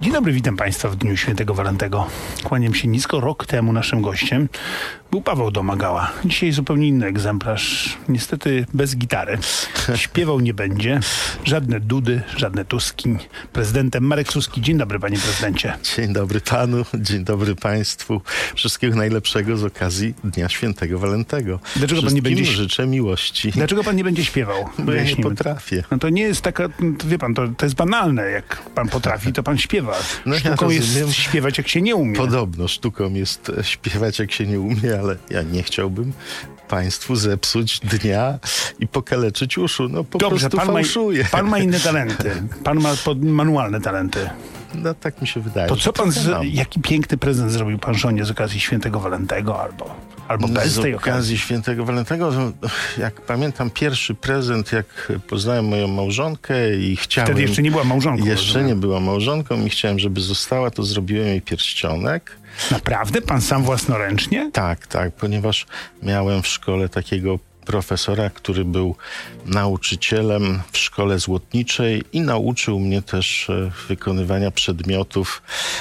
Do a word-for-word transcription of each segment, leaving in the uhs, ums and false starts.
Dzień dobry, witam Państwa w Dniu Świętego Walentego. Kłaniam się nisko. Rok temu naszym gościem był Paweł Domagała. Dzisiaj zupełnie inny egzemplarz. Niestety bez gitary. Śpiewał nie będzie. Żadne dudy, żadne Tuski. Prezydentem Marek Suski. Dzień dobry, panie prezydencie. Dzień dobry panu, dzień dobry państwu. Wszystkiego najlepszego z okazji Dnia Świętego Walentego. Dlaczego pan nie będzie... życzę miłości. Dlaczego pan nie będzie śpiewał? Bo ja nie potrafię. No to nie jest taka, wie pan, to, to jest banalne. Jak pan potrafi, to pan śpiewa. No Sztuką ja jest śpiewać, jak się nie umie. Podobno sztuką jest śpiewać, jak się nie umie, ale ja nie chciałbym państwu zepsuć dnia i pokaleczyć uszu. No po Dobrze, prostu pan fałszuje. Ma, pan ma inne talenty. Pan ma pod, manualne talenty. No tak mi się wydaje. To co pan, z, mam. jaki piękny prezent zrobił pan żonie z okazji Świętego Walentego albo, albo bez z tej okazji okazji? Świętego Walentego, jak pamiętam pierwszy prezent, jak poznałem moją małżonkę i chciałem... Wtedy jeszcze nie była małżonką. Jeszcze rozumiem. nie była małżonką i chciałem, żeby została, to zrobiłem jej pierścionek. Naprawdę? Pan sam własnoręcznie? Tak, tak, ponieważ miałem w szkole takiego profesora, który był nauczycielem w szkole złotniczej i nauczył mnie też e, wykonywania przedmiotów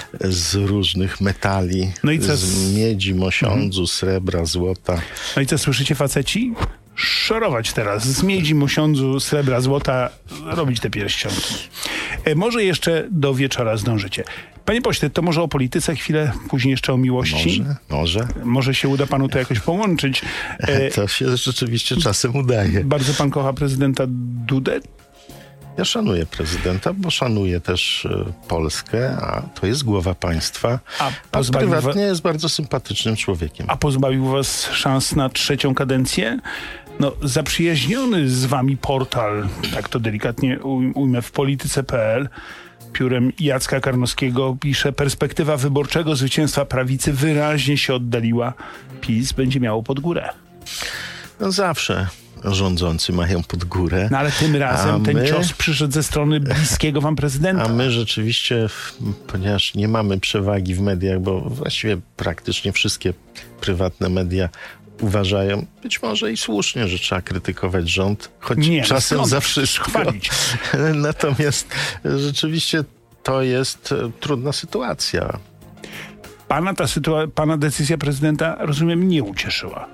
z różnych metali, No i co z- z miedzi, mosiądzu, srebra, złota. No i co, słyszycie, faceci? Szorować teraz. Z miedzi, mosiądzu, srebra, złota, robić te pierścionki. E, może jeszcze do wieczora zdążycie. Panie pośle, to może o polityce chwilę, później jeszcze o miłości. Może, może. Może się uda panu to jakoś połączyć. E, To się rzeczywiście czasem udaje. bardzo pan kocha prezydenta Dudę? Ja szanuję prezydenta, bo szanuję też e, Polskę, a to jest głowa państwa, A a pozbawił wa- prywatnie jest bardzo sympatycznym człowiekiem. A pozbawił was szans na trzecią kadencję? No, zaprzyjaźniony z wami portal, tak to delikatnie uj- ujmę, w polityce kropka p l, piórem Jacka Karnowskiego pisze: perspektywa wyborczego zwycięstwa prawicy wyraźnie się oddaliła. PiS będzie miało pod górę. No zawsze rządzący mają pod górę. No ale tym razem A ten my- cios przyszedł ze strony bliskiego wam prezydenta. A my rzeczywiście, ponieważ nie mamy przewagi w mediach, bo właściwie praktycznie wszystkie prywatne media uważają, być może i słusznie, że trzeba krytykować rząd, choć Nie, no czasem skąd? za wszystko. Chwalić. Natomiast rzeczywiście to jest e, trudna sytuacja. Pana ta sytua- pana decyzja prezydenta, rozumiem, nie ucieszyła.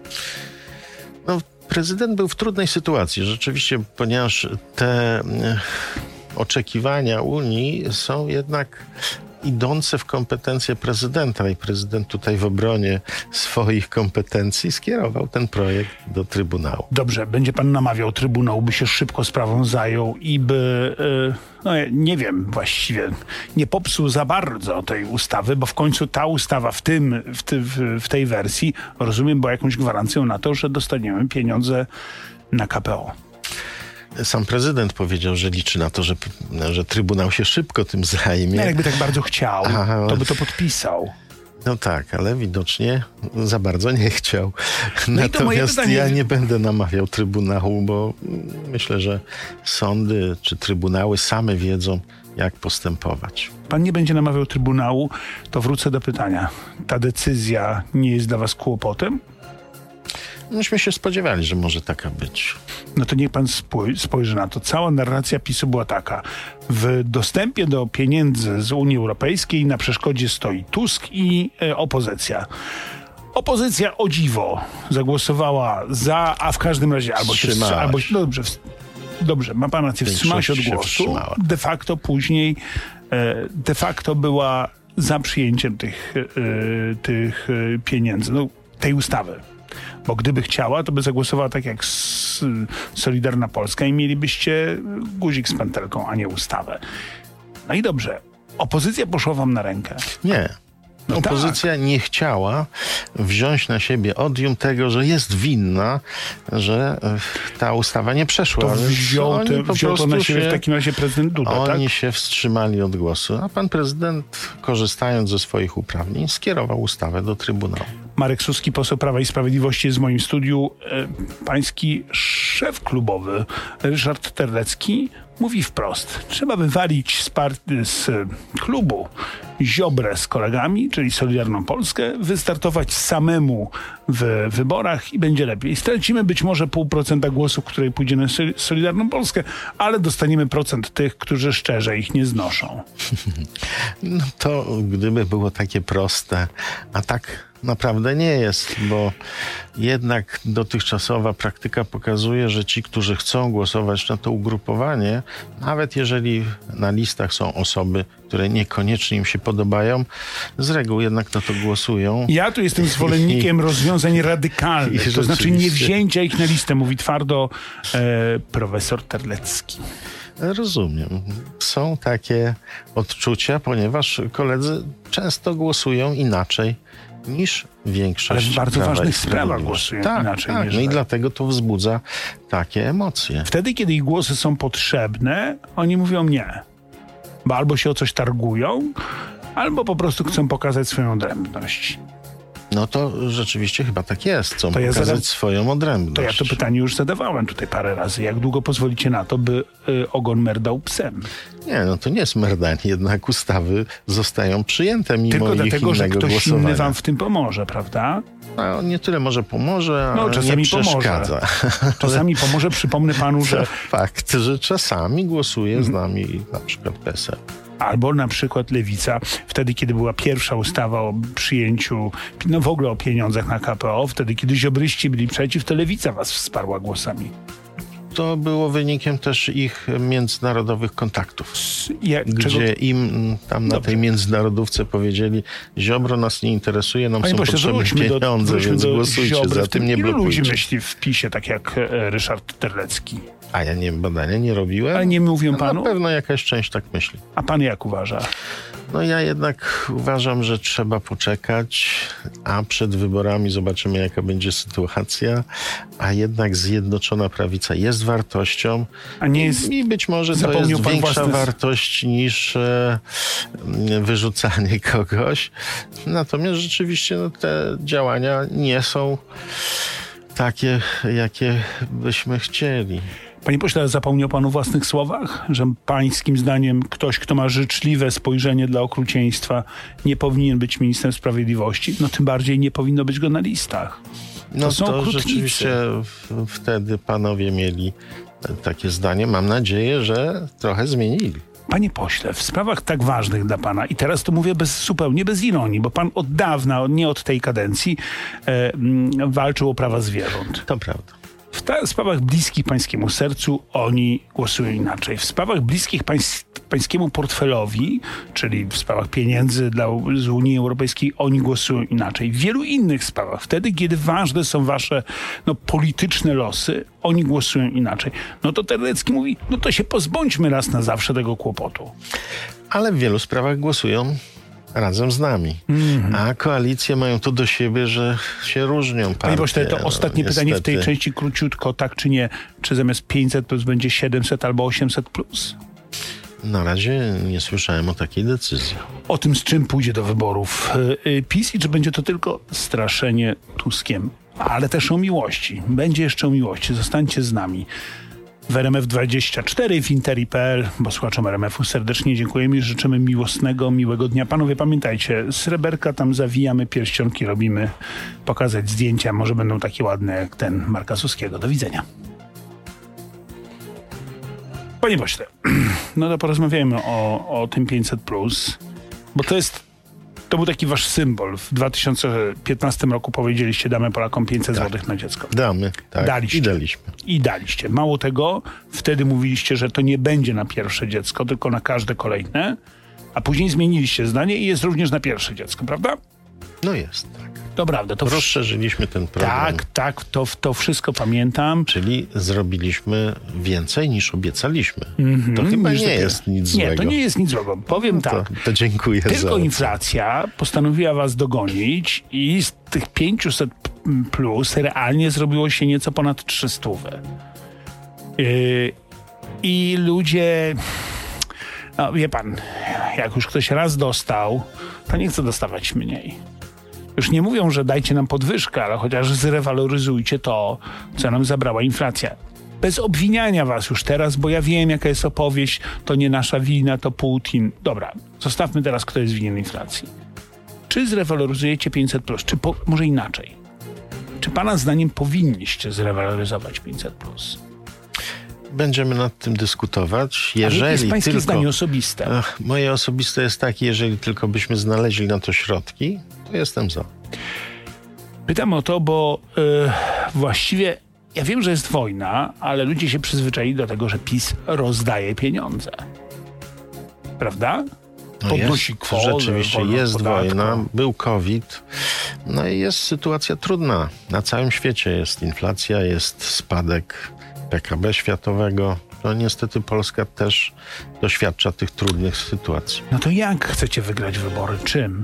No, prezydent był w trudnej sytuacji, rzeczywiście, ponieważ te e, oczekiwania Unii są jednak idące w kompetencje prezydenta i prezydent tutaj w obronie swoich kompetencji skierował ten projekt do Trybunału. Dobrze, będzie pan namawiał Trybunał, by się szybko sprawą zajął i by, yy, no nie wiem właściwie, nie popsuł za bardzo tej ustawy, bo w końcu ta ustawa w tym, w, ty, w, w tej wersji, rozumiem, była jakąś gwarancją na to, że dostaniemy pieniądze na K P O. Sam prezydent powiedział, że liczy na to, że, że Trybunał się szybko tym zajmie. No jakby tak bardzo chciał, Aha. to by to podpisał. No tak, ale widocznie za bardzo nie chciał. No i to moje Natomiast pytanie- ja nie będę namawiał Trybunału, bo myślę, że sądy czy Trybunały same wiedzą, jak postępować. Pan nie będzie namawiał Trybunału, to wrócę do pytania. Ta decyzja nie jest dla was kłopotem? Myśmy się spodziewali, że może taka być. No to niech pan spój- spojrzy na to. Cała narracja PiSu była taka. W dostępie do pieniędzy z Unii Europejskiej na przeszkodzie stoi Tusk i e, opozycja. Opozycja, o dziwo, zagłosowała za, a w każdym razie albo się Wstrzymała wstrzymała. Albo, się. no dobrze, ws- dobrze, ma pan rację, wstrzymała się od Większość się głosu. wstrzymała. De facto później, e, de facto była za przyjęciem tych, e, tych e, pieniędzy, no, tej ustawy. Bo gdyby chciała, to by zagłosowała tak jak s- Solidarna Polska i mielibyście guzik z pętelką, a nie ustawę. No i dobrze. Opozycja poszła wam na rękę. Nie. No Opozycja nie chciała wziąć na siebie odium tego, że jest winna, że e, ta ustawa nie przeszła. To Ale wziął, oni te, po wziął to na prostu siebie się- w takim razie prezydent Duda, tak? Oni się wstrzymali od głosu, a pan prezydent, korzystając ze swoich uprawnień, skierował ustawę do Trybunału. Marek Suski, poseł Prawa i Sprawiedliwości, jest w moim studiu. E, pański szef klubowy, Ryszard Terlecki, mówi wprost: trzeba wywalić z, part- z klubu Ziobrę z kolegami, czyli Solidarną Polskę, wystartować samemu w wyborach i będzie lepiej. Stracimy być może pół procenta głosów, które pójdzie na Solidarną Polskę, ale dostaniemy procent tych, którzy szczerze ich nie znoszą. No to gdyby było takie proste, a tak naprawdę nie jest, bo jednak dotychczasowa praktyka pokazuje, że ci, którzy chcą głosować na to ugrupowanie, nawet jeżeli na listach są osoby, które niekoniecznie im się podobają, z reguły jednak na to głosują. Ja tu jestem zwolennikiem I, rozwiązań radykalnych, to znaczy nie wzięcia ich na listę, mówi twardo e, profesor Terlecki. Rozumiem. Są takie odczucia, ponieważ koledzy często głosują inaczej niż większość. Ale w bardzo ważnych sprawach głosują tak, inaczej. Tak, niż no i dlatego to wzbudza takie emocje. Wtedy, kiedy ich głosy są potrzebne, oni mówią nie. Bo albo się o coś targują, albo po prostu chcą pokazać swoją odrębność. No to rzeczywiście chyba tak jest. Chcą to ja pokazać zadam... swoją odrębność. To ja to pytanie już zadawałem tutaj parę razy. Jak długo pozwolicie na to, by y, ogon merdał psem? Nie, no to nie jest merdanie. Jednak ustawy zostają przyjęte mimo Tylko ich dlatego, że ktoś głosowania. inny wam w tym pomoże, prawda? No, nie tyle może pomoże, no, ale czasami nie przeszkadza. Pomoże. Czasami pomoże. Przypomnę panu, że... Fakt, że czasami głosuje z nami na przykład P S L. Albo na przykład Lewica, wtedy kiedy była pierwsza ustawa o przyjęciu, no w ogóle o pieniądzach na K P O, wtedy kiedy ziobryści byli przeciw, to Lewica was wsparła głosami. To było wynikiem też ich międzynarodowych kontaktów, ja, gdzie czego... im tam na Dobrze. tej międzynarodówce powiedzieli: Ziobro nas nie interesuje, nam Panie są potrzebne pieniądze, do, więc głosujcie Ziobry, za tym, nie blokujcie. Ilu ludzi myśli w PiSie, tak jak e, Ryszard Terlecki? A ja nie badania nie robiłem. Ale nie mówią panu? Na pewno jakaś część tak myśli. A pan jak uważa? No ja jednak uważam, że trzeba poczekać, a przed wyborami zobaczymy, jaka będzie sytuacja, a jednak Zjednoczona Prawica jest wartością, a nie jest, i być może to jest większa własny... wartość niż e, wyrzucanie kogoś. Natomiast rzeczywiście no, te działania nie są takie, jakie byśmy chcieli. Panie pośle, zapomniał pan o własnych słowach, że pańskim zdaniem ktoś, kto ma życzliwe spojrzenie dla okrucieństwa, nie powinien być ministrem sprawiedliwości, no tym bardziej nie powinno być go na listach. To no są to okrutnicy. Rzeczywiście w, wtedy panowie mieli takie zdanie. Mam nadzieję, że trochę zmienili. Panie pośle, w sprawach tak ważnych dla pana, i teraz to mówię bez, zupełnie bez ironii, bo pan od dawna, nie od tej kadencji, e, m, walczył o prawa zwierząt. To prawda. W ta, sprawach bliskich pańskiemu sercu oni głosują inaczej. W sprawach bliskich pańs, pańskiemu portfelowi, czyli w sprawach pieniędzy dla, z Unii Europejskiej, oni głosują inaczej. W wielu innych sprawach, wtedy kiedy ważne są wasze no, polityczne losy, oni głosują inaczej. No to Terlecki mówi, no to się pozbądźmy raz na zawsze tego kłopotu. Ale w wielu sprawach głosują razem z nami. Mm-hmm. A koalicje mają to do siebie, że się różnią partie. Panie pośle, to ostatnie no, pytanie w tej części króciutko, tak czy nie? Czy zamiast pięćset plus będzie siedemset albo osiemset plus? Na razie nie słyszałem o takiej decyzji. O tym, z czym pójdzie do wyborów PiS i czy będzie to tylko straszenie Tuskiem, ale też o miłości. Będzie jeszcze o miłości. Zostańcie z nami. W R M F dwadzieścia cztery, w interi kropka p l, bo słuchaczom R M F u serdecznie dziękujemy i życzymy miłosnego, miłego dnia. Panowie, pamiętajcie, sreberka tam zawijamy, pierścionki robimy, pokazać zdjęcia, może będą takie ładne jak ten Marka Suskiego. Do widzenia. Panie pośle, no to porozmawiajmy o, o tym pięćset plus, bo to jest To był taki wasz symbol. W dwa tysiące piętnastym roku powiedzieliście, damy Polakom pięćset tak. złotych na dziecko. Damy, tak. Daliście. I daliśmy. I daliście. Mało tego, wtedy mówiliście, że to nie będzie na pierwsze dziecko, tylko na każde kolejne, a później zmieniliście zdanie i jest również na pierwsze dziecko, prawda? No jest, tak. To prawda. To rozszerzyliśmy ten program. Tak, tak, to, to wszystko pamiętam. Czyli zrobiliśmy więcej niż obiecaliśmy. Mm-hmm, to chyba nie jest nic złego. Nie, to nie jest nic złego. Powiem no tak. To, to dziękuję Tylko za Tylko inflacja postanowiła was dogonić i z tych pięćset plus realnie zrobiło się nieco ponad trzysta. Yy, I ludzie... No wie pan, jak już ktoś raz dostał, to nie chce dostawać mniej. Już nie mówią, że dajcie nam podwyżkę, ale chociaż zrewaloryzujcie to, co nam zabrała inflacja. bez obwiniania was już teraz, bo ja wiem, jaka jest opowieść, to nie nasza wina, to Putin. Dobra, zostawmy teraz, kto jest winien inflacji. Czy zrewaloryzujecie pięćset plus, czy po, może inaczej? Czy pana zdaniem powinniście zrewaloryzować pięćset plus? Będziemy nad tym dyskutować. Jeżeli Ale jest pańskie tylko, zdanie osobiste. Ach, moje osobiste jest takie, jeżeli tylko byśmy znaleźli na to środki, to jestem za. Pytam o to, bo yy, właściwie ja wiem, że jest wojna, ale ludzie się przyzwyczaili do tego, że PiS rozdaje pieniądze. Prawda? No Podnosi jest, kwotę. rzeczywiście jest wojna, był COVID, no i jest sytuacja trudna. Na całym świecie jest inflacja, jest spadek P K B światowego. No niestety Polska też doświadcza tych trudnych sytuacji. No to jak chcecie wygrać wybory? Czym?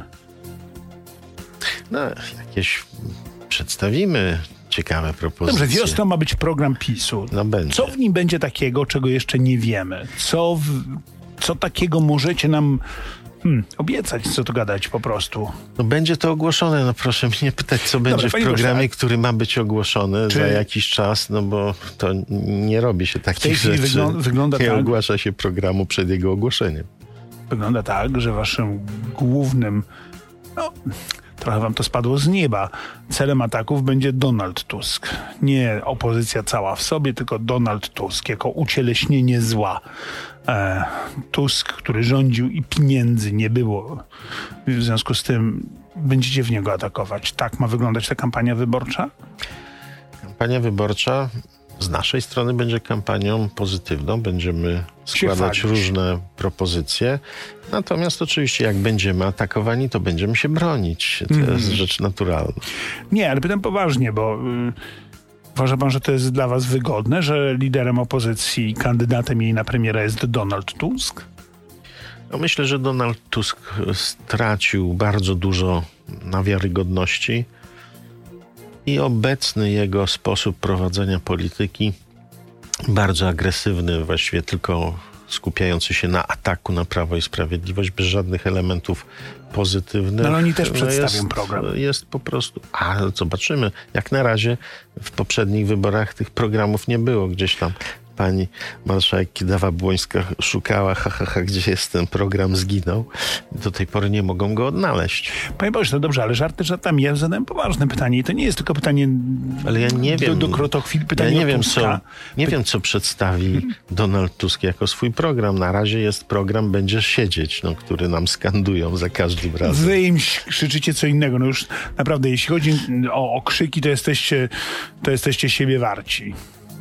No jakieś przedstawimy ciekawe propozycje. Dobrze, wiosną ma być program PiSu. No będzie. Co w nim będzie takiego, czego jeszcze nie wiemy? Co, w, co takiego możecie nam hmm, obiecać, co tu gadać po prostu? No będzie to ogłoszone, no proszę mnie nie pytać, co będzie Dobra, w panie programie, pośle, który ma być ogłoszony czy... za jakiś czas, no bo to nie robi się takich chwili rzeczy. wyglą- wygląda nie tak- ogłasza się programu przed jego ogłoszeniem. Wygląda tak, że waszym głównym, no trochę wam to spadło z nieba, celem ataków będzie Donald Tusk. Nie opozycja cała w sobie, tylko Donald Tusk jako ucieleśnienie zła. E, Tusk, który rządził i pieniędzy nie było. W związku z tym będziecie w niego atakować. Tak ma wyglądać ta kampania wyborcza? Kampania wyborcza z naszej strony będzie kampanią pozytywną. Będziemy składać chwalić. różne propozycje. Natomiast oczywiście jak będziemy atakowani, to będziemy się bronić. To Mm. jest rzecz naturalna. Nie, ale pytam poważnie, bo y, uważa pan, że to jest dla was wygodne, że liderem opozycji, kandydatem jej na premiera jest Donald Tusk? No myślę, że Donald Tusk stracił bardzo dużo na wiarygodności i obecny jego sposób prowadzenia polityki, bardzo agresywny, właściwie tylko skupiający się na ataku na Prawo i Sprawiedliwość, bez żadnych elementów pozytywnych. No ale oni też no przedstawią jest, program. Jest po prostu... A, zobaczymy. Jak na razie w poprzednich wyborach tych programów nie było. Gdzieś tam pani marszałek Kidawa-Błońska szukała, ha, ha, ha, gdzie jest ten program, zginął. Do tej pory nie mogą go odnaleźć. Panie Boże, no dobrze, ale żarty żartami. Ja zadałem poważne pytanie i to nie jest tylko pytanie Ale ja nie wiem. do, do krotochwil, pytanie Ja nie o wiem, Tuska. co, nie wiem, co przedstawi Donald Tusk jako swój program. Na razie jest program Będziesz siedzieć, no, który nam skandują za każdym razem. Wy im krzyczycie co innego. No już naprawdę, jeśli chodzi o, o krzyki, to jesteście, to jesteście siebie warci.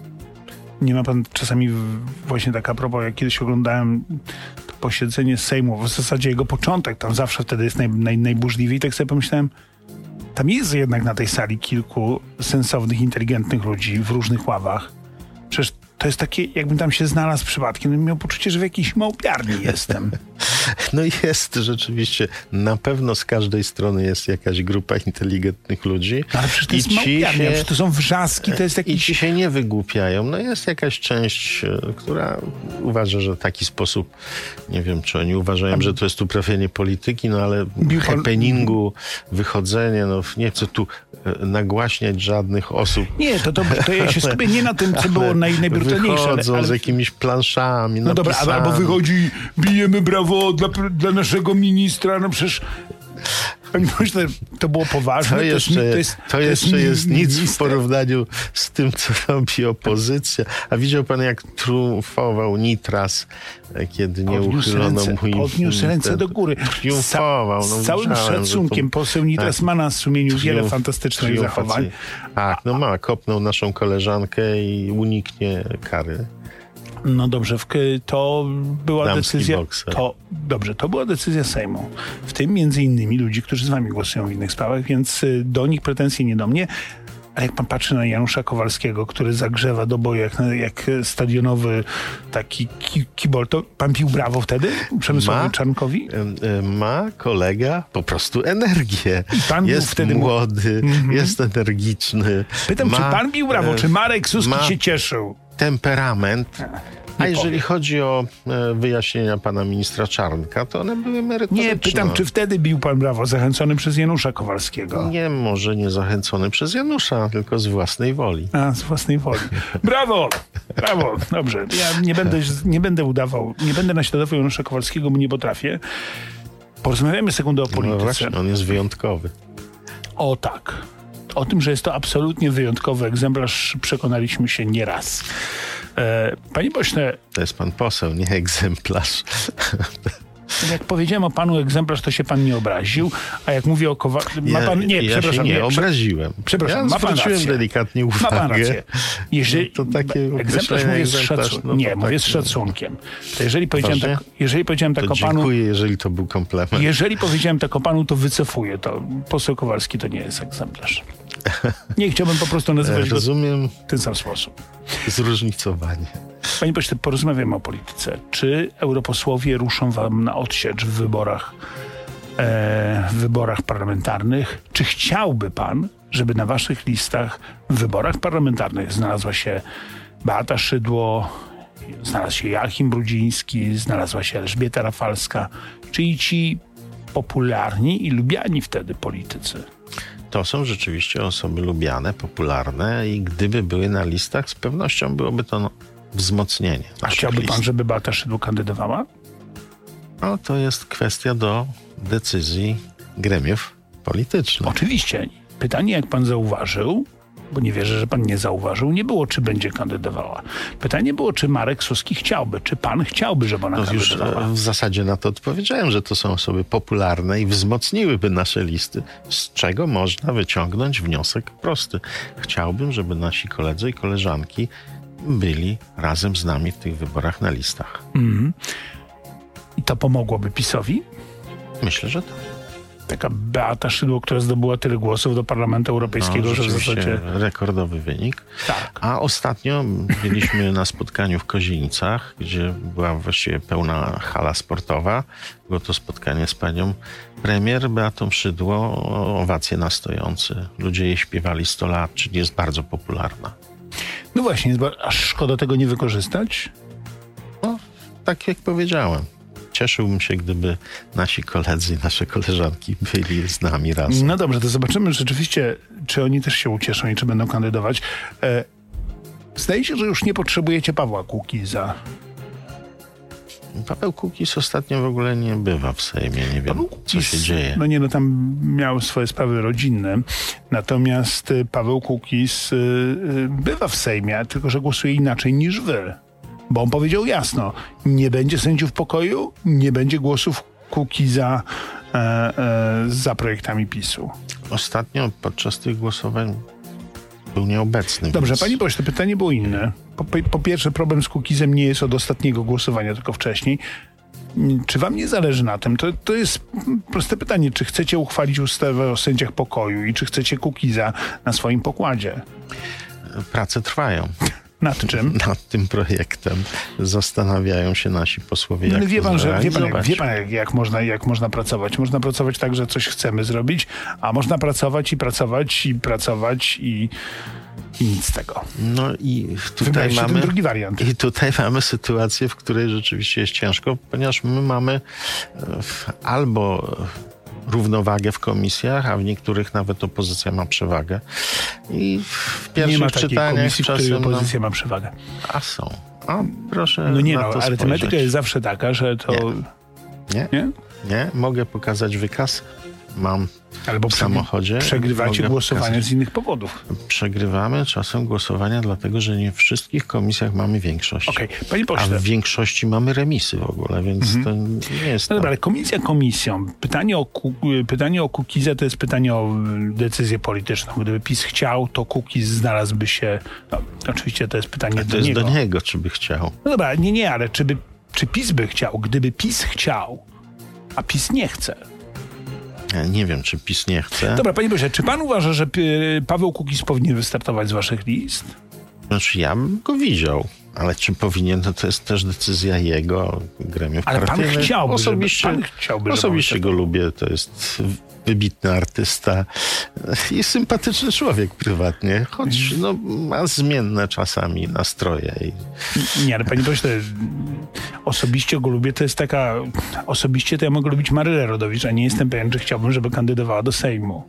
Nie ma pan czasami właśnie tak a propos, jak kiedyś oglądałem to posiedzenie Sejmu, w zasadzie jego początek, tam zawsze wtedy jest naj, naj, najburzliwiej, tak sobie pomyślałem, tam jest jednak na tej sali kilku sensownych, inteligentnych ludzi w różnych ławach. Przecież to jest takie, jakbym tam się znalazł przypadkiem, bym miał poczucie, że w jakiejś małpiarni jestem. No jest rzeczywiście, na pewno z każdej strony jest jakaś grupa inteligentnych ludzi. No ale przecież to jest małpiarnia, przecież to są wrzaski, to jest I jakiś... ci się nie wygłupiają. No jest jakaś część, e, która uważa, że taki sposób, nie wiem, czy oni uważają, że to jest uprawianie polityki, no ale Bił pan- happeningu, wychodzenie, no nie chcę tu e, nagłaśniać żadnych osób. Nie, to, to, to ja się skupię nie na tym, co było naj, najbrutalniejsze. Ale, Wychodzą ale... z jakimiś planszami, No dobra, napisami. albo wychodzi, bijemy brawo dla, dla naszego ministra, no przecież... Myślę, to było poważne. To jeszcze, to jest, to jeszcze jest nic w minister. porównaniu z tym, co robi opozycja. A widział pan, jak triumfował Nitras, kiedy nie Podniósł uchylono ręce, mu... podniósł ręce do góry. Triumfował. No, Z całym widziałem, że szacunkiem to- poseł Nitras tak. ma na sumieniu wiele Triumf- fantastycznych triumfacji- zachowań. Tak, no ma. Kopnął naszą koleżankę i uniknie kary. No dobrze, w, to była Damski decyzja... bokser. To, dobrze, to była decyzja Sejmu. W tym między innymi ludzi, którzy z wami głosują w innych sprawach, więc y, do nich pretensje nie do mnie. A jak pan patrzy na Janusza Kowalskiego, który zagrzewa do boju jak, jak stadionowy taki ki, kibol, to pan pił brawo wtedy Przemysłowi Ma? Czarnkowi? E, Ma kolega po prostu energię. I pan był jest wtedy- młody, jest energiczny. Pytam, ma, czy pan bił brawo, e, czy Marek Suski ma się cieszył? temperament nie A jeżeli powie. chodzi o e, wyjaśnienia pana ministra Czarnka, to one były merytoryczne. Nie, pytam, czy wtedy bił pan brawo, zachęcony przez Janusza Kowalskiego? Nie, może nie zachęcony przez Janusza, tylko z własnej woli. A, z własnej woli. Brawo! Brawo! Dobrze. Ja nie będę, nie będę udawał, nie będę naśladował Janusza Kowalskiego, bo nie potrafię. Porozmawiamy sekundę o No polityce. właśnie, on jest wyjątkowy. O tak. O tym, że jest to absolutnie wyjątkowy egzemplarz, przekonaliśmy się nieraz. E, panie pośle, To jest pan poseł, nie egzemplarz. jak powiedziałem o panu egzemplarz, to się pan nie obraził, a jak mówię o Kowalskim... Ma pan... Nie, ja przepraszam. się nie, nie prze- obraziłem. Przepraszam, ja ma pan zwróciłem rację. delikatnie uwagę. Ma pan rację. Jeżeli, No to takie egzemplarz określenie mówię z egzemplarz, szacunkiem. no to nie, tak, mówię z no. szacunkiem. To jeżeli powiedziałem, Ważnie? tak, jeżeli powiedziałem tak To o panu... dziękuję, jeżeli to był komplement. Jeżeli powiedziałem tak o panu, to wycofuję to. Poseł Kowalski to nie jest egzemplarz. Nie chciałbym po prostu nazywać go Rozumiem w ten sam sposób. zróżnicowanie. Panie pośle, porozmawiamy o polityce. Czy europosłowie ruszą wam na odsiecz w wyborach, e, w wyborach parlamentarnych? Czy chciałby pan, żeby na waszych listach w wyborach parlamentarnych znalazła się Beata Szydło, znalazł się Joachim Brudziński, znalazła się Elżbieta Rafalska, czyli ci popularni i lubiani wtedy politycy? To są rzeczywiście osoby lubiane, popularne i gdyby były na listach, z pewnością byłoby to no, wzmocnienie. A naszych chciałby list. pan, żeby Beata Szydło kandydowała? No to jest kwestia do decyzji gremiów politycznych. Oczywiście. Pytanie, jak pan zauważył, bo nie wierzę, że pan nie zauważył, nie było, czy będzie kandydowała. Pytanie było, czy Marek Suski chciałby, czy pan chciałby, żeby ona No już kandydowała. e, w zasadzie na to odpowiedziałem, że to są osoby popularne i wzmocniłyby nasze listy, z czego można wyciągnąć wniosek prosty. Chciałbym, żeby nasi koledzy i koleżanki byli razem z nami w tych wyborach na listach. Mhm. I to pomogłoby PiS-owi? Myślę, że tak. Taka Beata Szydło, która zdobyła tyle głosów do Parlamentu Europejskiego, No, że w rzeczywiście zasadzie... rekordowy wynik. Tak. A ostatnio byliśmy na spotkaniu w Kozienicach, gdzie była właściwie pełna hala sportowa. Było to spotkanie z panią premier Beatą Szydło, owacje na stojący. Ludzie jej śpiewali sto lat, czyli jest bardzo popularna. No właśnie, jest ba- aż szkoda tego nie wykorzystać? No, tak jak powiedziałem. Cieszyłbym się, gdyby nasi koledzy i nasze koleżanki byli z nami razem. No dobrze, to zobaczymy rzeczywiście, czy oni też się ucieszą i czy będą kandydować. E, zdaje się, że już nie potrzebujecie Pawła Kukiza. Paweł Kukiz ostatnio w ogóle nie bywa w Sejmie. Nie wiem, Paweł co Kukiz, się dzieje. No nie, no tam miał swoje sprawy rodzinne. Natomiast y, Paweł Kukiz y, y, bywa w Sejmie, tylko że głosuje inaczej niż wy. Bo on powiedział jasno, nie będzie sędziów pokoju, nie będzie głosów Kukiza e, e, za projektami PiSu. Ostatnio podczas tych głosowań był nieobecny. Dobrze, więc... panie pośle, pytanie było inne. Po, po pierwsze, problem z Kukizem nie jest od ostatniego głosowania, tylko wcześniej. Czy wam nie zależy na tym? To, to jest proste pytanie. Czy chcecie uchwalić ustawę o sędziach pokoju i czy chcecie Kukiza na swoim pokładzie? Prace trwają. Nad czym? Nad tym projektem zastanawiają się nasi posłowie, No, jak ale wie to pan, że, wie pan, zrealizować. wie pan jak, jak, można, jak można pracować? Można pracować tak, że coś chcemy zrobić, a można pracować i pracować i pracować i, i nic z tego. No i tutaj Wybraliście mamy... ten drugi wariant. I tutaj mamy sytuację, w której rzeczywiście jest ciężko, ponieważ my mamy e, albo równowagę w komisjach, a w niektórych nawet opozycja ma przewagę. I w pierwszych Nie ma takiej czytaniach komisji, w której czasem... opozycja ma przewagę. No, a są. A proszę No nie na no, to arytmetyka spojrzeć. jest zawsze taka, że to... Nie. Nie? Nie? Mogę pokazać wykaz. Mam Albo w samochodzie. przegrywacie Mogę głosowanie pokazać. z innych powodów. Przegrywamy czasem głosowania, dlatego że nie w wszystkich komisjach mamy większość. Okej, panie A pośle. w większości mamy remisy w ogóle, więc Mhm. to nie jest... No dobra, tak. ale komisja komisją. Pytanie o, Ku- pytanie o Kukiza to jest pytanie o y, decyzję polityczną. Gdyby PiS chciał, to Kukiz znalazłby się... No, oczywiście to jest pytanie To do jest niego. do niego, czy by chciał. No dobra, nie, nie, ale czy, by, czy PiS by chciał? Gdyby PiS chciał, a PiS nie chce. Ja nie wiem, czy PiS nie chce. Dobra, panie pośle, czy pan uważa, że y, Paweł Kukiz powinien wystartować z waszych list? Znaczy, ja bym go widział, ale czy powinien, to, to jest też decyzja jego, gremiów Ale pan partyjnych. chciałby, osobiście, żeby, pan chciałby, żeby Osobiście on go lubię, to jest wybitny artysta i sympatyczny człowiek prywatnie, choć no, ma zmienne czasami nastroje. I... Nie, ale panie pośle, osobiście go lubię, to jest taka, osobiście to ja mogę lubić Marylę Rodowicz, a nie jestem pewien, czy chciałbym, żeby kandydowała do Sejmu.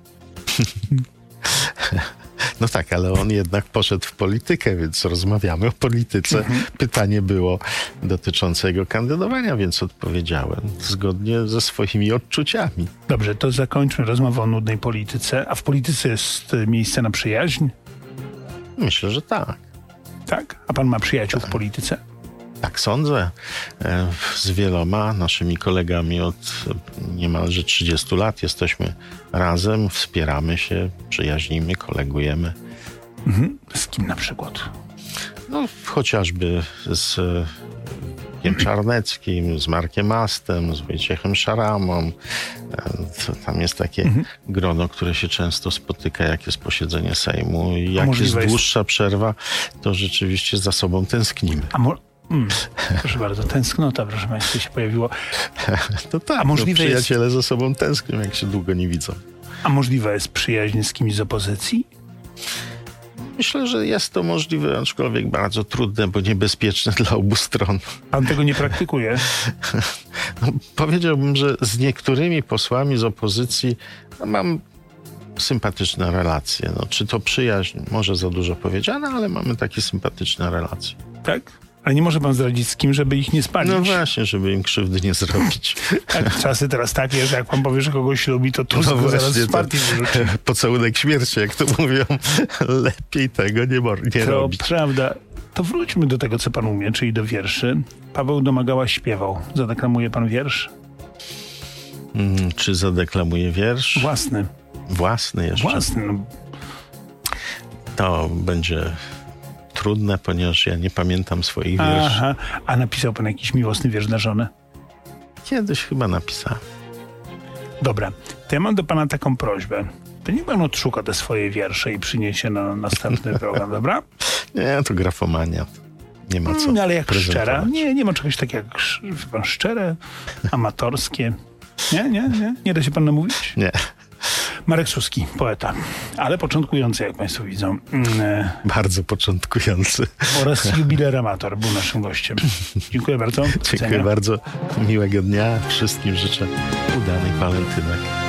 No tak, ale on jednak poszedł w politykę, więc rozmawiamy o polityce. Mhm. Pytanie było dotyczące jego kandydowania, więc odpowiedziałem zgodnie ze swoimi odczuciami. Dobrze, to zakończmy rozmowę o nudnej polityce. A w polityce jest miejsce na przyjaźń? Myślę, że tak. Tak? A pan ma przyjaciół tak. w polityce? Tak sądzę. Z wieloma naszymi kolegami od niemalże trzydziestu lat jesteśmy razem, wspieramy się, przyjaźnimy, kolegujemy. Mhm. Z kim na przykład? No, chociażby z Jem Czarneckim, z Markiem Astem, z Wojciechem Szaramą. Tam jest takie mhm. grono, które się często spotyka, jak jest posiedzenie Sejmu. I jak jest dłuższa jest... przerwa, to rzeczywiście za sobą tęsknimy. A mo- Mm, proszę bardzo, tęsknota, proszę państwa, się pojawiło. To tak, a możliwe no, przyjaciele jest... za sobą tęsknią, jak się długo nie widzą. A możliwa jest przyjaźń z kimś z opozycji? Myślę, że jest to możliwe, aczkolwiek bardzo trudne, bo niebezpieczne dla obu stron. Pan tego nie praktykuje? No, powiedziałbym, że z niektórymi posłami z opozycji no, mam sympatyczne relacje. No, czy to przyjaźń? Może za dużo powiedziane, ale mamy takie sympatyczne relacje. Tak? Ale nie może pan zdradzić z kim, żeby ich nie spalić. No właśnie, żeby im krzywdy nie zrobić. Tak, czasy teraz takie, że jak pan powie, że kogoś lubi, to Tusk no zaraz z partii wyrzuci. Pocałunek śmierci, jak to mówią. Lepiej tego nie, nie to robić. To prawda. To wróćmy do tego, co pan umie, czyli do wierszy. Paweł Domagała śpiewał. Zadeklamuje pan wiersz? Hmm, czy zadeklamuje wiersz? Własny. Własny jeszcze? Własny. No. To będzie... trudne, ponieważ ja nie pamiętam swoich wierszy. Aha. A napisał pan jakiś miłosny wiersz na żonę? Kiedyś chyba napisałem. Dobra. To ja mam do pana taką prośbę. To niech pan odszuka te swoje wiersze i przyniesie na następny program, dobra? Nie, to grafomania. Nie ma co No, ale jak szczera? Nie, nie ma czegoś takiego jak pan szczere, amatorskie. Nie, nie, nie? Nie da się pan namówić? Nie. Marek Suski, poeta, ale początkujący, jak państwo widzą. Bardzo początkujący. Oraz jubiler amator był naszym gościem. Dziękuję bardzo. Dziękuję bardzo. Miłego dnia. Wszystkim życzę udanych walentynek.